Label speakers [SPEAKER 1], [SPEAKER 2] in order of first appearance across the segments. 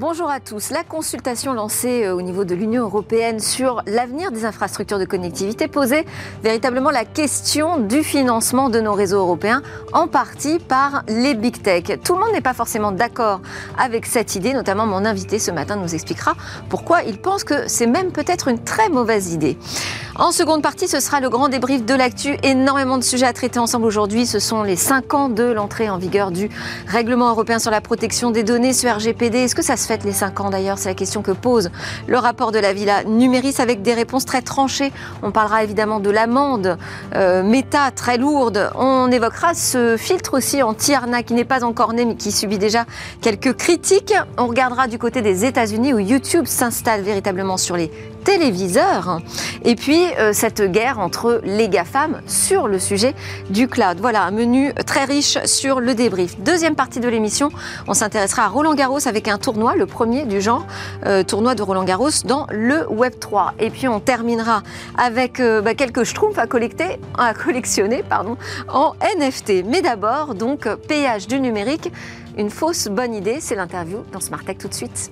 [SPEAKER 1] Bonjour à tous. La consultation lancée au niveau de l'Union européenne sur l'avenir des infrastructures de connectivité posait véritablement la question du financement de nos réseaux européens, en partie par les big tech. Tout le monde n'est pas forcément d'accord avec cette idée, notamment mon invité ce matin nous expliquera pourquoi il pense que c'est même peut-être une très mauvaise idée. En seconde partie, ce sera le grand débrief de l'actu. Énormément de sujets à traiter ensemble aujourd'hui. Ce sont les 5 ans de l'entrée en vigueur du règlement européen sur la protection des données, ce RGPD. Est-ce que ça se fête les 5 ans d'ailleurs? C'est la question que pose le rapport de la Villa Numéris avec des réponses très tranchées. On parlera évidemment de l'amende Meta très lourde. On évoquera ce filtre aussi anti-arnaque qui n'est pas encore né mais qui subit déjà quelques critiques. On regardera du côté des États-Unis où YouTube s'installe véritablement sur les téléviseurs. Et puis cette guerre entre les GAFAM sur le sujet du cloud. Voilà un menu très riche sur le débrief. Deuxième partie de l'émission, on s'intéressera à Roland-Garros avec un tournoi, le premier du genre, tournoi de Roland-Garros dans le Web3. Et puis on terminera avec quelques schtroumpfs à collectionner en NFT. Mais d'abord, donc, péage du numérique, une fausse bonne idée, c'est l'interview dans Smart Tech tout de suite.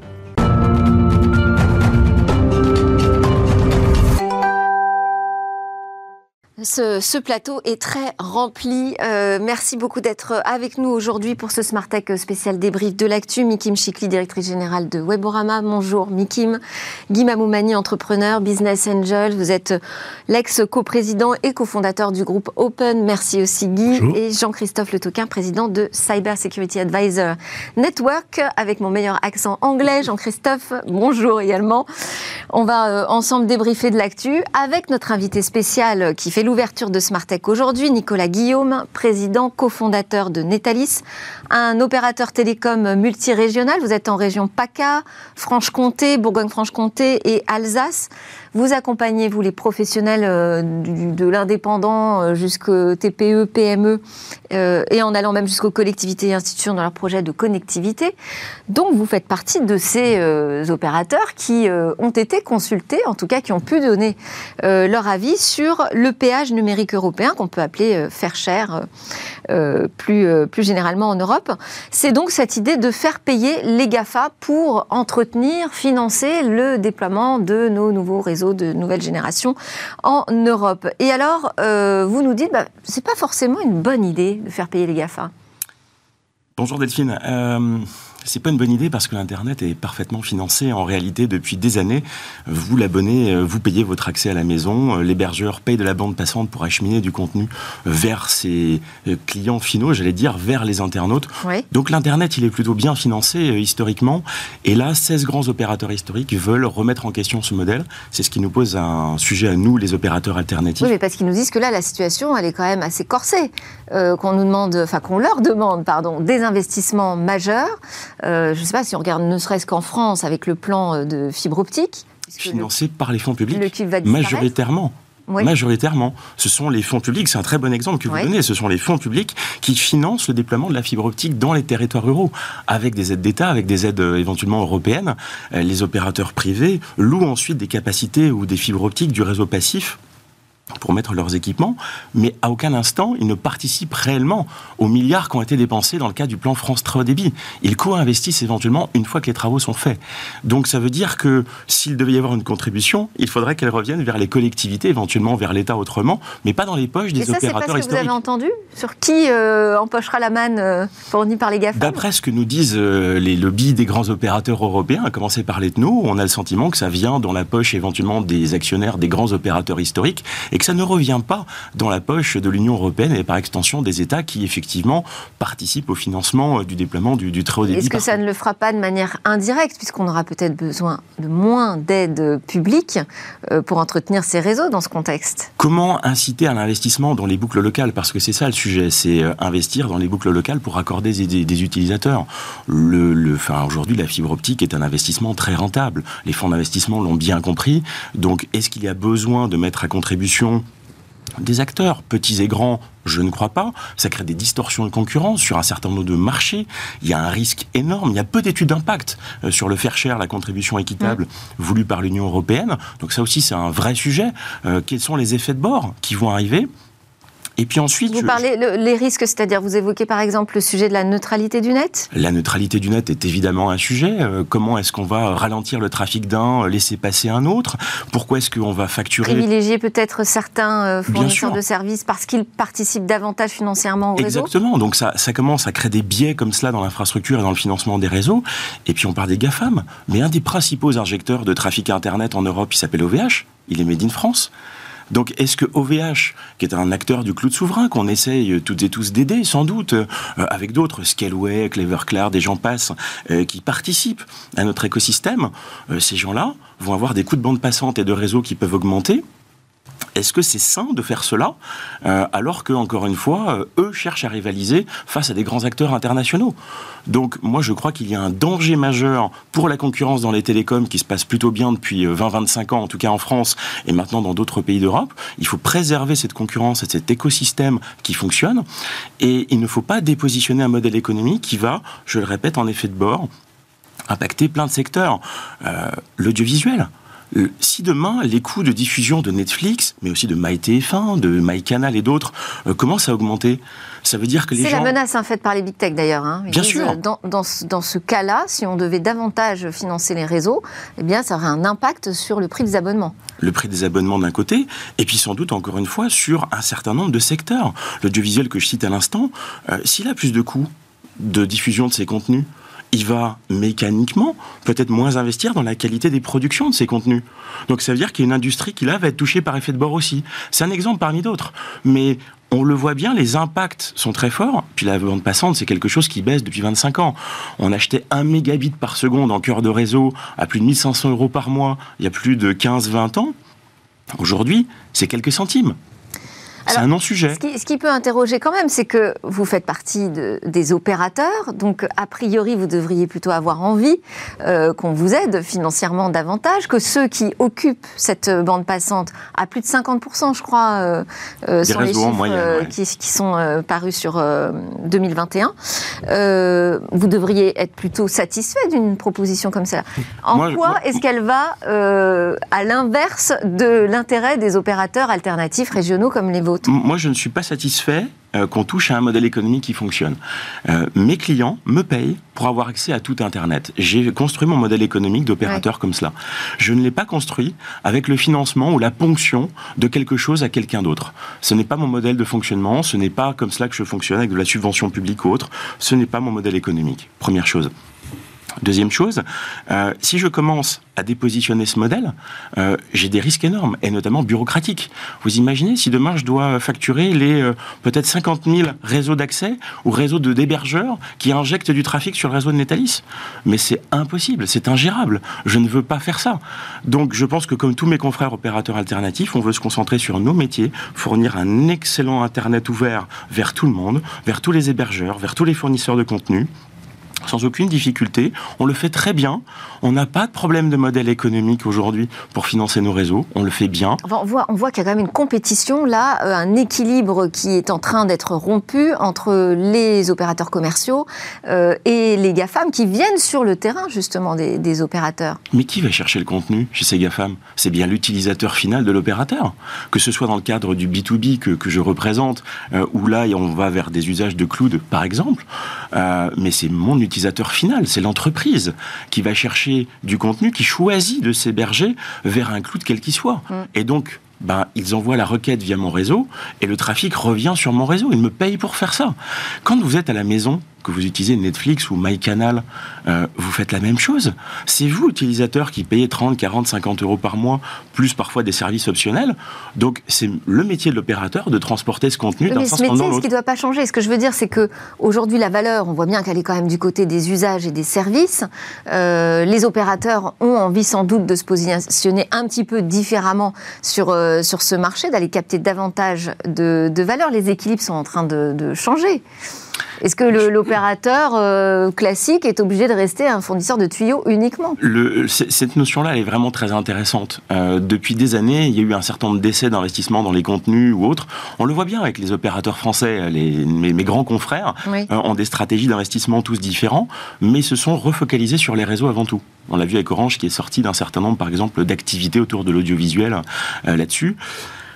[SPEAKER 1] Ce plateau est très rempli. Merci beaucoup d'être avec nous aujourd'hui pour ce Smart Tech spécial débrief de l'actu. Mikim Chikli, directrice générale de Weborama. Bonjour Mikim. Guy Mamoumani, entrepreneur, business angel. Vous êtes l'ex-coprésident et cofondateur du groupe Open. Merci aussi Guy. Bonjour. Et Jean-Christophe Le Touquin, président de Cyber Security Advisor Network. Avec mon meilleur accent anglais, Jean-Christophe, bonjour également. On va ensemble débriefer de l'actu avec notre invité spécial qui fait l'ouverture de Smart Tech aujourd'hui, Nicolas Guillaume, président, cofondateur de Netalis, un opérateur télécom multirégional. Vous êtes en région PACA, Franche-Comté, Bourgogne-Franche-Comté et Alsace. Vous accompagnez, vous, les professionnels de l'indépendant jusqu'au TPE, PME et en allant même jusqu'aux collectivités et institutions dans leurs projets de connectivité. Donc, vous faites partie de ces opérateurs qui ont été consultés, en tout cas qui ont pu donner leur avis sur le péage numérique européen, qu'on peut appeler Fair Share plus généralement en Europe. C'est donc cette idée de faire payer les GAFA pour entretenir, financer le déploiement de nos nouveaux réseaux de nouvelle génération en Europe. Et alors, vous nous dites, c'est pas forcément une bonne idée de faire payer les GAFA.
[SPEAKER 2] Bonjour Delphine. C'est pas une bonne idée parce que l'Internet est parfaitement financé. En réalité, depuis des années, vous, l'abonné, vous payez votre accès à la maison. L'hébergeur paye de la bande passante pour acheminer du contenu vers ses clients finaux, j'allais dire, vers les internautes. Oui. Donc l'Internet, il est plutôt bien financé historiquement. Et là, 16 grands opérateurs historiques veulent remettre en question ce modèle. C'est ce qui nous pose un sujet à nous, les opérateurs alternatifs.
[SPEAKER 1] Oui, mais parce qu'ils nous disent que là, la situation, elle est quand même assez corsée. Qu'on leur demande, des investissements majeurs. Je ne sais pas si on regarde ne serait-ce qu'en France avec le plan de fibre optique.
[SPEAKER 2] Financé par les fonds publics, majoritairement. Oui. Majoritairement. Ce sont les fonds publics, c'est un très bon exemple que vous donnez, ce sont les fonds publics qui financent le déploiement de la fibre optique dans les territoires ruraux, avec des aides d'État, avec des aides éventuellement européennes. Les opérateurs privés louent ensuite des capacités ou des fibres optiques du réseau passif pour mettre leurs équipements, mais à aucun instant, ils ne participent réellement aux milliards qui ont été dépensés dans le cadre du plan France Très Haut Débit. Ils co-investissent éventuellement une fois que les travaux sont faits. Donc ça veut dire que s'il devait y avoir une contribution, il faudrait qu'elle revienne vers les collectivités, éventuellement vers l'État autrement, mais pas dans les poches des opérateurs historiques. Et ça, c'est pas ce que vous avez entendu sur qui empochera la manne fournie par les GAFA? D'après ce que nous disent les lobbies des grands opérateurs européens, à commencer par les TNO, on a le sentiment que ça vient dans la poche éventuellement des actionnaires des grands opérateurs historiques, et que ça ne revient pas dans la poche de l'Union européenne et par extension des États qui effectivement participent au financement du déploiement du très haut débit. Est-ce que ça ne le fera pas de manière indirecte, puisqu'on aura peut-être besoin de moins d'aide publique pour entretenir ces réseaux dans ce contexte? Comment inciter à l'investissement dans les boucles locales? Parce que c'est ça le sujet, c'est investir dans les boucles locales pour accorder des utilisateurs. Aujourd'hui, la fibre optique est un investissement très rentable. Les fonds d'investissement l'ont bien compris. Donc, est-ce qu'il y a besoin de mettre à contribution des acteurs, petits et grands? Je ne crois pas. Ça crée des distorsions de concurrence sur un certain nombre de marchés. Il y a un risque énorme. Il y a peu d'études d'impact sur le Fair Share, la contribution équitable voulue par l'Union européenne. Donc ça aussi, c'est un vrai sujet. Quels sont les effets de bord qui vont arriver ? Et puis ensuite...
[SPEAKER 1] Vous parlez les risques, c'est-à-dire vous évoquez par exemple le sujet de la neutralité du net ?
[SPEAKER 2] La neutralité du net est évidemment un sujet. Comment est-ce qu'on va ralentir le trafic d'un, laisser passer un autre ? Pourquoi est-ce qu'on va facturer...
[SPEAKER 1] Privilégier peut-être certains fournisseurs de services parce qu'ils participent davantage financièrement au réseau ?
[SPEAKER 2] Exactement. Donc ça commence à créer des biais comme cela dans l'infrastructure et dans le financement des réseaux. Et puis on parle des GAFAM. Mais un des principaux injecteurs de trafic Internet en Europe, il s'appelle OVH. Il est made in France. Donc, est-ce que OVH, qui est un acteur du cloud souverain, qu'on essaye toutes et tous d'aider, sans doute, avec d'autres, Scaleway, Clevercloud, et j'en passe, qui participent à notre écosystème, ces gens-là vont avoir des coûts de bande passante et de réseau qui peuvent augmenter. Est-ce que c'est sain de faire cela alors que, encore une fois, eux cherchent à rivaliser face à des grands acteurs internationaux ? Donc, moi, je crois qu'il y a un danger majeur pour la concurrence dans les télécoms qui se passe plutôt bien depuis 20-25 ans, en tout cas en France et maintenant dans d'autres pays d'Europe. Il faut préserver cette concurrence et cet écosystème qui fonctionne. Et il ne faut pas dépositionner un modèle économique qui va, je le répète, en effet de bord, impacter plein de secteurs. L'audiovisuel. Si demain, les coûts de diffusion de Netflix, mais aussi de MyTF1, de MyCanal et d'autres, commencent à augmenter, ça veut dire que les gens...
[SPEAKER 1] C'est la menace faite par les big tech d'ailleurs.
[SPEAKER 2] Bien sûr.
[SPEAKER 1] Dans ce cas-là, si on devait davantage financer les réseaux, eh bien, ça aurait un impact sur le prix des abonnements.
[SPEAKER 2] Le prix des abonnements d'un côté, et puis sans doute, encore une fois, sur un certain nombre de secteurs. L'audiovisuel que je cite à l'instant, s'il a plus de coûts de diffusion de ses contenus, il va mécaniquement peut-être moins investir dans la qualité des productions de ces contenus. Donc ça veut dire qu'il y a une industrie qui là va être touchée par effet de bord aussi. C'est un exemple parmi d'autres. Mais on le voit bien, les impacts sont très forts. Puis la bande passante, c'est quelque chose qui baisse depuis 25 ans. On achetait 1 mégabit par seconde en cœur de réseau à plus de 1 500 € par mois il y a plus de 15-20 ans. Aujourd'hui, c'est quelques centimes. C'est un non-sujet.
[SPEAKER 1] Ce qui peut interroger quand même, c'est que vous faites partie des opérateurs, donc a priori vous devriez plutôt avoir envie qu'on vous aide financièrement davantage, que ceux qui occupent cette bande passante à plus de 50%, je crois, sont les chiffres qui sont parus sur 2021. Vous devriez être plutôt satisfait d'une proposition comme ça. En quoi est-ce qu'elle va à l'inverse de l'intérêt des opérateurs alternatifs régionaux comme les vôtres ?
[SPEAKER 2] Moi, je ne suis pas satisfait qu'on touche à un modèle économique qui fonctionne. Mes clients me payent pour avoir accès à tout Internet. J'ai construit mon modèle économique d'opérateur comme cela. Je ne l'ai pas construit avec le financement ou la ponction de quelque chose à quelqu'un d'autre. Ce n'est pas mon modèle de fonctionnement, ce n'est pas comme cela que je fonctionne avec de la subvention publique ou autre. Ce n'est pas mon modèle économique. Première chose. Deuxième chose, si je commence à dépositionner ce modèle, j'ai des risques énormes, et notamment bureaucratiques. Vous imaginez si demain je dois facturer les peut-être 50 000 réseaux d'accès ou réseaux d'hébergeurs qui injectent du trafic sur le réseau de Netalis ? Mais c'est impossible, c'est ingérable. Je ne veux pas faire ça. Donc je pense que comme tous mes confrères opérateurs alternatifs, on veut se concentrer sur nos métiers, fournir un excellent Internet ouvert vers tout le monde, vers tous les hébergeurs, vers tous les fournisseurs de contenu, sans aucune difficulté. On le fait très bien. On n'a pas de problème de modèle économique aujourd'hui pour financer nos réseaux. On le fait bien.
[SPEAKER 1] Enfin, on voit qu'il y a quand même une compétition, là, un équilibre qui est en train d'être rompu entre les opérateurs commerciaux et les GAFAM qui viennent sur le terrain, justement, des opérateurs.
[SPEAKER 2] Mais qui va chercher le contenu chez ces GAFAM ? C'est bien l'utilisateur final de l'opérateur. Que ce soit dans le cadre du B2B que je représente, où là, on va vers des usages de cloud, par exemple. Mais c'est mon utilisateur final, c'est l'entreprise qui va chercher du contenu, qui choisit de s'héberger vers un cloud quel qu'il soit. Et donc, ils envoient la requête via mon réseau et le trafic revient sur mon réseau. Ils me payent pour faire ça. Quand vous êtes à la maison, que vous utilisez Netflix ou MyCanal, vous faites la même chose. C'est vous, utilisateur, qui payez 30, 40, 50 € par mois, plus parfois des services optionnels. Donc, c'est le métier de l'opérateur de transporter ce contenu d'un sens dans l'autre.
[SPEAKER 1] Ce qui ne doit pas changer. Ce que je veux dire, c'est qu'aujourd'hui, la valeur, on voit bien qu'elle est quand même du côté des usages et des services. Les opérateurs ont envie sans doute de se positionner un petit peu différemment sur ce marché, d'aller capter davantage de valeur. Les équilibres sont en train de changer. Est-ce que l'opérateur classique est obligé de rester un fournisseur de tuyaux uniquement ?
[SPEAKER 2] Cette notion-là, elle est vraiment très intéressante. Depuis des années, il y a eu un certain nombre d'essais d'investissement dans les contenus ou autres. On le voit bien avec les opérateurs français. Mes grands confrères ont des stratégies d'investissement tous différents, mais se sont refocalisés sur les réseaux avant tout. On l'a vu avec Orange qui est sorti d'un certain nombre, par exemple, d'activités autour de l'audiovisuel là-dessus.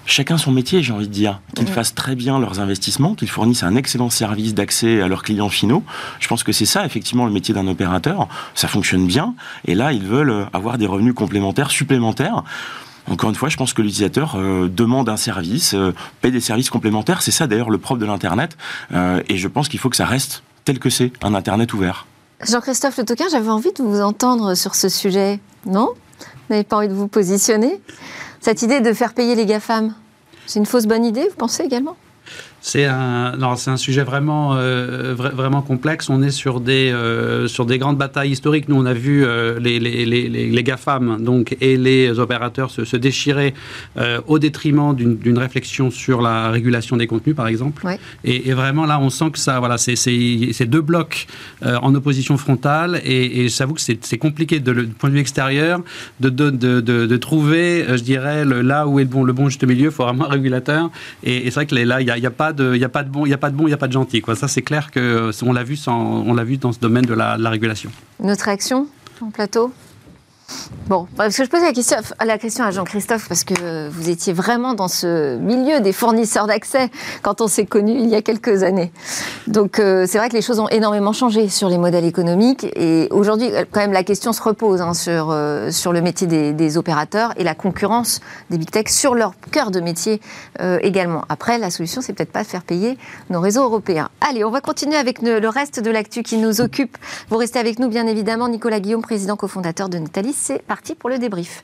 [SPEAKER 2] chacun son métier, j'ai envie de dire. Qu'ils fassent très bien leurs investissements, qu'ils fournissent un excellent service d'accès à leurs clients finaux. Je pense que c'est ça, effectivement, le métier d'un opérateur. Ça fonctionne bien. Et là, ils veulent avoir des revenus complémentaires, supplémentaires. Encore une fois, je pense que l'utilisateur demande un service, paie des services complémentaires. C'est ça, d'ailleurs, le propre de l'Internet. Et je pense qu'il faut que ça reste tel que c'est, un Internet ouvert.
[SPEAKER 1] Jean-Christophe Le Tocquin, j'avais envie de vous entendre sur ce sujet. Non ? Vous n'avez pas envie de vous positionner ? Cette idée de faire payer les GAFAM, c'est une fausse bonne idée, vous pensez également ?
[SPEAKER 3] C'est un sujet vraiment complexe. On est sur des grandes batailles historiques. Nous, on a vu les GAFAM donc, et les opérateurs se déchirer au détriment d'une réflexion sur la régulation des contenus, par exemple. Ouais. Et vraiment, là, on sent que ça, voilà, c'est deux blocs en opposition frontale. Et j'avoue que c'est compliqué du point de vue extérieur de trouver, je dirais, là où est le bon juste milieu. Il faut vraiment un régulateur. Et c'est vrai que là, il n'y a pas de bon, il n'y a pas de gentil, quoi. Ça, c'est clair qu'on l'a vu dans ce domaine de la régulation.
[SPEAKER 1] Notre réaction en plateau ? Bon, parce que je posais la question à Jean-Christophe, parce que vous étiez vraiment dans ce milieu des fournisseurs d'accès quand on s'est connus il y a quelques années. Donc c'est vrai que les choses ont énormément changé sur les modèles économiques, et aujourd'hui, quand même, la question se repose sur le métier des opérateurs et la concurrence des big tech sur leur cœur de métier également. Après, la solution, c'est peut-être pas de faire payer nos réseaux européens. Allez, on va continuer avec le reste de l'actu qui nous occupe. Vous restez avec nous, bien évidemment. Nicolas Guillaume, président cofondateur de Netalis. C'est parti pour le débrief.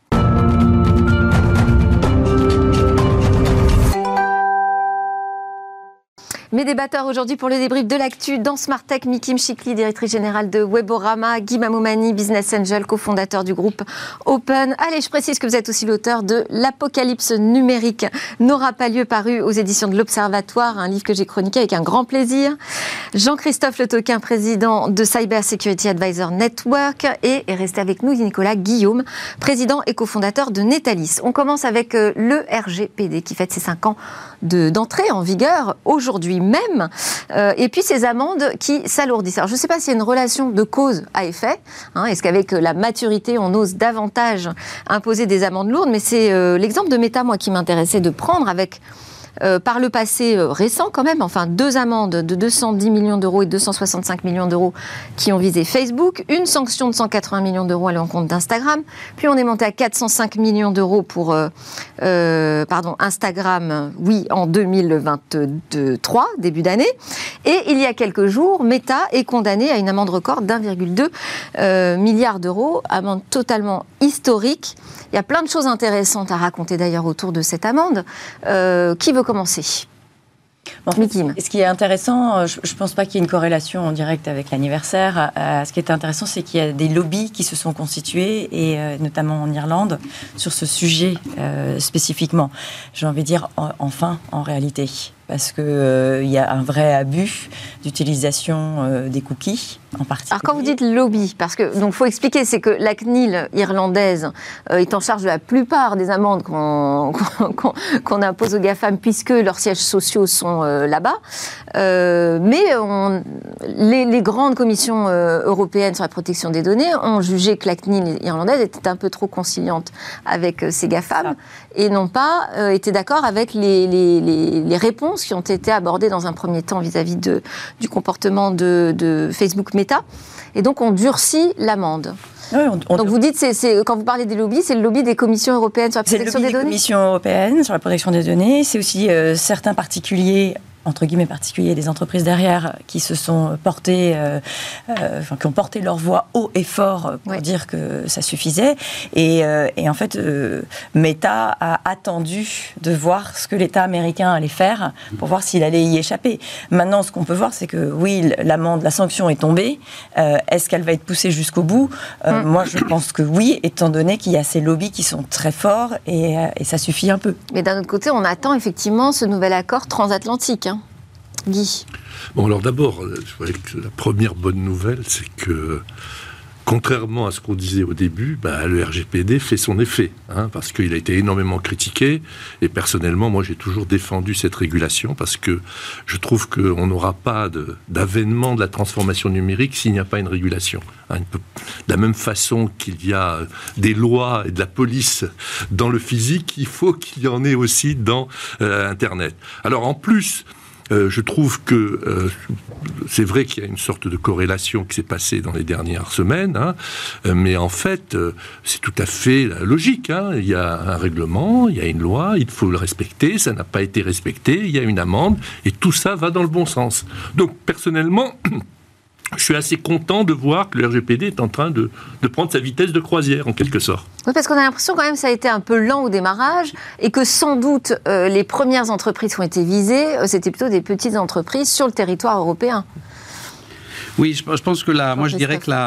[SPEAKER 1] Mes débatteurs aujourd'hui pour le débrief de l'actu dans Smart Tech, Mikim Chikli, directrice générale de Weborama, Guy Mamoumani, business angel, cofondateur du groupe Open. Allez, je précise que vous êtes aussi l'auteur de L'Apocalypse numérique n'aura pas lieu, paru aux éditions de l'Observatoire, un livre que j'ai chroniqué avec un grand plaisir. Jean-Christophe Le Tocquin, président de Cyber Security Advisor Network, et resté avec nous Nicolas Guillaume, président et cofondateur de Netalis. On commence avec le RGPD qui fête ses 5 ans d'entrée en vigueur aujourd'hui même, et puis ces amendes qui s'alourdissent. Alors je ne sais pas s'il y a une relation de cause à effet, est-ce qu'avec la maturité on ose davantage imposer des amendes lourdes, mais c'est l'exemple de Meta, moi, qui m'intéressait de prendre avec par le passé récent quand même, enfin 2 amendes de 210 millions d'euros et 265 millions d'euros qui ont visé Facebook, une sanction de 180 millions d'euros à l'encontre d'Instagram, puis on est monté à 405 millions d'euros pour Instagram, oui, en 2023, début d'année, et il y a quelques jours, Meta est condamné à une amende record d'1,2 milliard d'euros, amende totalement historique. Il y a plein de choses intéressantes à raconter d'ailleurs autour de cette amende. Qui veut commencer ?
[SPEAKER 4] Bon, ce qui est intéressant, je ne pense pas qu'il y ait une corrélation en direct avec l'anniversaire. Ce qui est intéressant, c'est qu'il y a des lobbies qui se sont constitués, et notamment en Irlande, sur ce sujet spécifiquement. J'ai envie de dire, enfin, en réalité. Parce qu'il y a un vrai abus d'utilisation des cookies, en particulier.
[SPEAKER 1] Alors quand vous dites lobby, parce que donc faut expliquer, c'est que la CNIL irlandaise est en charge de la plupart des amendes qu'on impose aux GAFAM, puisque leurs sièges sociaux sont là-bas. Mais les grandes commissions européennes sur la protection des données ont jugé que la CNIL irlandaise était un peu trop conciliante avec ces GAFAM, et n'ont pas été d'accord avec les réponses qui ont été abordées dans un premier temps vis-à-vis du comportement de Facebook Meta, et donc on durcit l'amende. Oui, donc vous dites, quand vous parlez des lobbies, c'est le lobby des commissions européennes sur la protection des données ?
[SPEAKER 4] C'est le lobby des commissions européennes sur la protection des données, c'est aussi certains particuliers, entre guillemets particuliers, des entreprises derrière qui se sont portés, qui ont porté leur voix haut et fort pour dire que ça suffisait. Et en fait, Meta a attendu de voir ce que l'État américain allait faire pour voir s'il allait y échapper. Maintenant, ce qu'on peut voir, c'est que oui, l'amende, la sanction est tombée. Est-ce qu'elle va être poussée jusqu'au bout ? Moi, je pense que oui, étant donné qu'il y a ces lobbies qui sont très forts, et ça suffit un peu.
[SPEAKER 1] Mais d'un autre côté, on attend effectivement ce nouvel accord transatlantique. Guy.
[SPEAKER 5] Bon, alors d'abord, je voudrais que la première bonne nouvelle, c'est que contrairement à ce qu'on disait au début, le RGPD fait son effet, parce qu'il a été énormément critiqué. Et personnellement, moi, j'ai toujours défendu cette régulation parce que je trouve qu'on n'aura pas d'avènement de la transformation numérique s'il n'y a pas une régulation. De la même façon qu'il y a des lois et de la police dans le physique, il faut qu'il y en ait aussi dans Internet. Alors, en plus, je trouve que c'est vrai qu'il y a une sorte de corrélation qui s'est passée dans les dernières semaines, mais en fait, c'est tout à fait logique. Il y a un règlement, il y a une loi, il faut le respecter, ça n'a pas été respecté, il y a une amende, et tout ça va dans le bon sens. Donc, personnellement, je suis assez content de voir que le RGPD est en train de prendre sa vitesse de croisière, en quelque sorte.
[SPEAKER 1] Oui, parce qu'on a l'impression quand même que ça a été un peu lent au démarrage et que sans doute les premières entreprises qui ont été visées, c'était plutôt des petites entreprises sur le territoire européen.
[SPEAKER 3] Oui, je pense que moi je dirais que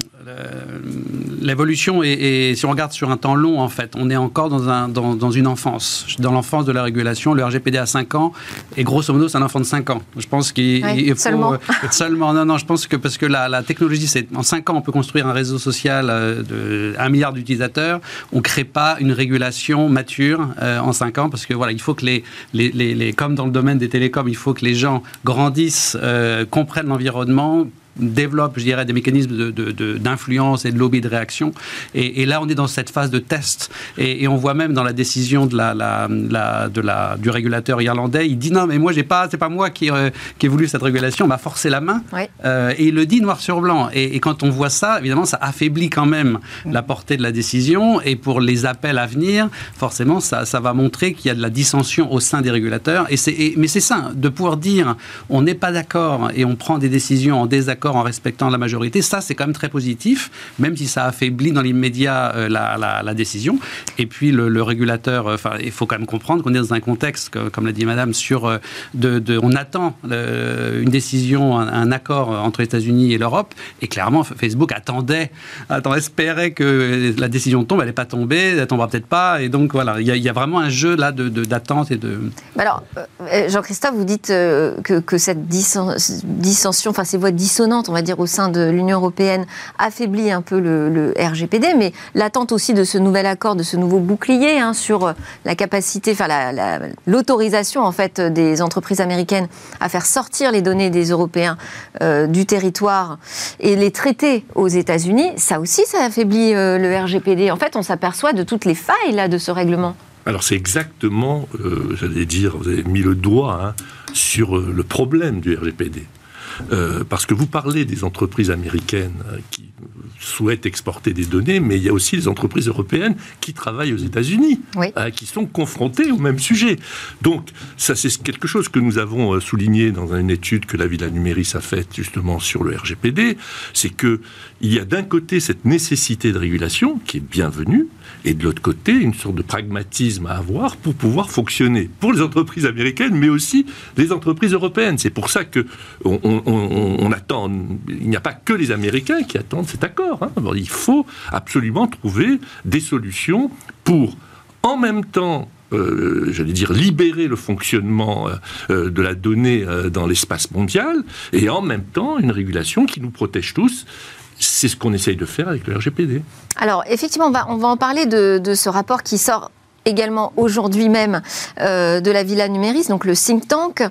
[SPEAKER 3] l'évolution est, si on regarde sur un temps long, en fait, on est encore dans une enfance. Dans l'enfance de la régulation, le RGPD a 5 ans, et grosso modo, c'est un enfant de 5 ans. Je pense qu'il faut... Seulement. Non, je pense que parce que la technologie, en 5 ans, on peut construire un réseau social de 1 milliard d'utilisateurs. On ne crée pas une régulation mature en 5 ans, parce que voilà, il faut que comme dans le domaine des télécoms, il faut que les gens grandissent, comprennent l'environnement, développe, je dirais, des mécanismes d'influence et de lobby de réaction. Et là, on est dans cette phase de test. Et on voit même dans la décision du régulateur irlandais, il dit non, mais moi, c'est pas moi qui ai voulu cette régulation, on m'a forcé la main. Oui. Et il le dit noir sur blanc. Et quand on voit ça, évidemment, ça affaiblit quand même la portée de la décision. Et pour les appels à venir, forcément, ça va montrer qu'il y a de la dissension au sein des régulateurs. Mais c'est ça, de pouvoir dire on n'est pas d'accord et on prend des décisions en désaccord en respectant la majorité, ça c'est quand même très positif, même si ça affaiblit dans l'immédiat la décision. Et puis le régulateur, il faut quand même comprendre qu'on est dans un contexte, comme l'a dit Madame, on attend une décision, un accord entre les États-Unis et l'Europe, et clairement Facebook espérait que la décision tombe, elle n'est pas tombée, elle tombera peut-être pas, et donc voilà, il y a vraiment un jeu là d'attente et de...
[SPEAKER 1] Alors, Jean-Christophe, vous dites que cette dissension, ces voix dissonantes, on va dire, au sein de l'Union européenne, affaiblit un peu le RGPD, mais l'attente aussi de ce nouvel accord, de ce nouveau bouclier sur la capacité, l'autorisation en fait des entreprises américaines à faire sortir les données des Européens du territoire et les traiter aux États-Unis, ça aussi, ça affaiblit le RGPD. En fait, on s'aperçoit de toutes les failles là de ce règlement.
[SPEAKER 5] Alors c'est exactement, j'allais dire, vous avez mis le doigt sur le problème du RGPD. Parce que vous parlez des entreprises américaines qui souhaitent exporter des données, mais il y a aussi les entreprises européennes qui travaillent aux États-Unis, qui sont confrontées au même sujet. Donc, ça, c'est quelque chose que nous avons souligné dans une étude que la Villa Numéris a faite justement sur le RGPD, c'est qu'il y a d'un côté cette nécessité de régulation qui est bienvenue, et de l'autre côté, une sorte de pragmatisme à avoir pour pouvoir fonctionner pour les entreprises américaines, mais aussi les entreprises européennes. C'est pour ça que on attend. Il n'y a pas que les Américains qui attendent cet accord. Il faut absolument trouver des solutions pour, en même temps, j'allais dire, libérer le fonctionnement de la donnée dans l'espace mondial, et en même temps, une régulation qui nous protège tous. C'est ce qu'on essaye de faire avec le RGPD.
[SPEAKER 1] Alors, effectivement, on va en parler de ce rapport qui sort également aujourd'hui même de la Villa Numéris, donc le think tank,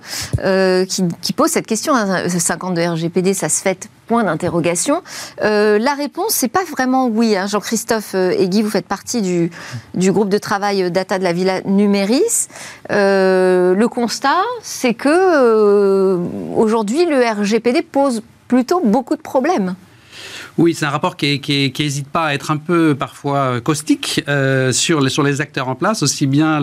[SPEAKER 1] qui pose cette question. 5 ans de RGPD, ça se fait, point d'interrogation. La réponse, c'est pas vraiment oui. Jean-Christophe et Guy, vous faites partie du groupe de travail data de la Villa Numéris. Le constat, c'est que aujourd'hui, le RGPD pose plutôt beaucoup de problèmes.
[SPEAKER 3] Oui, c'est un rapport qui n'hésite pas à être un peu parfois caustique sur les acteurs en place, aussi bien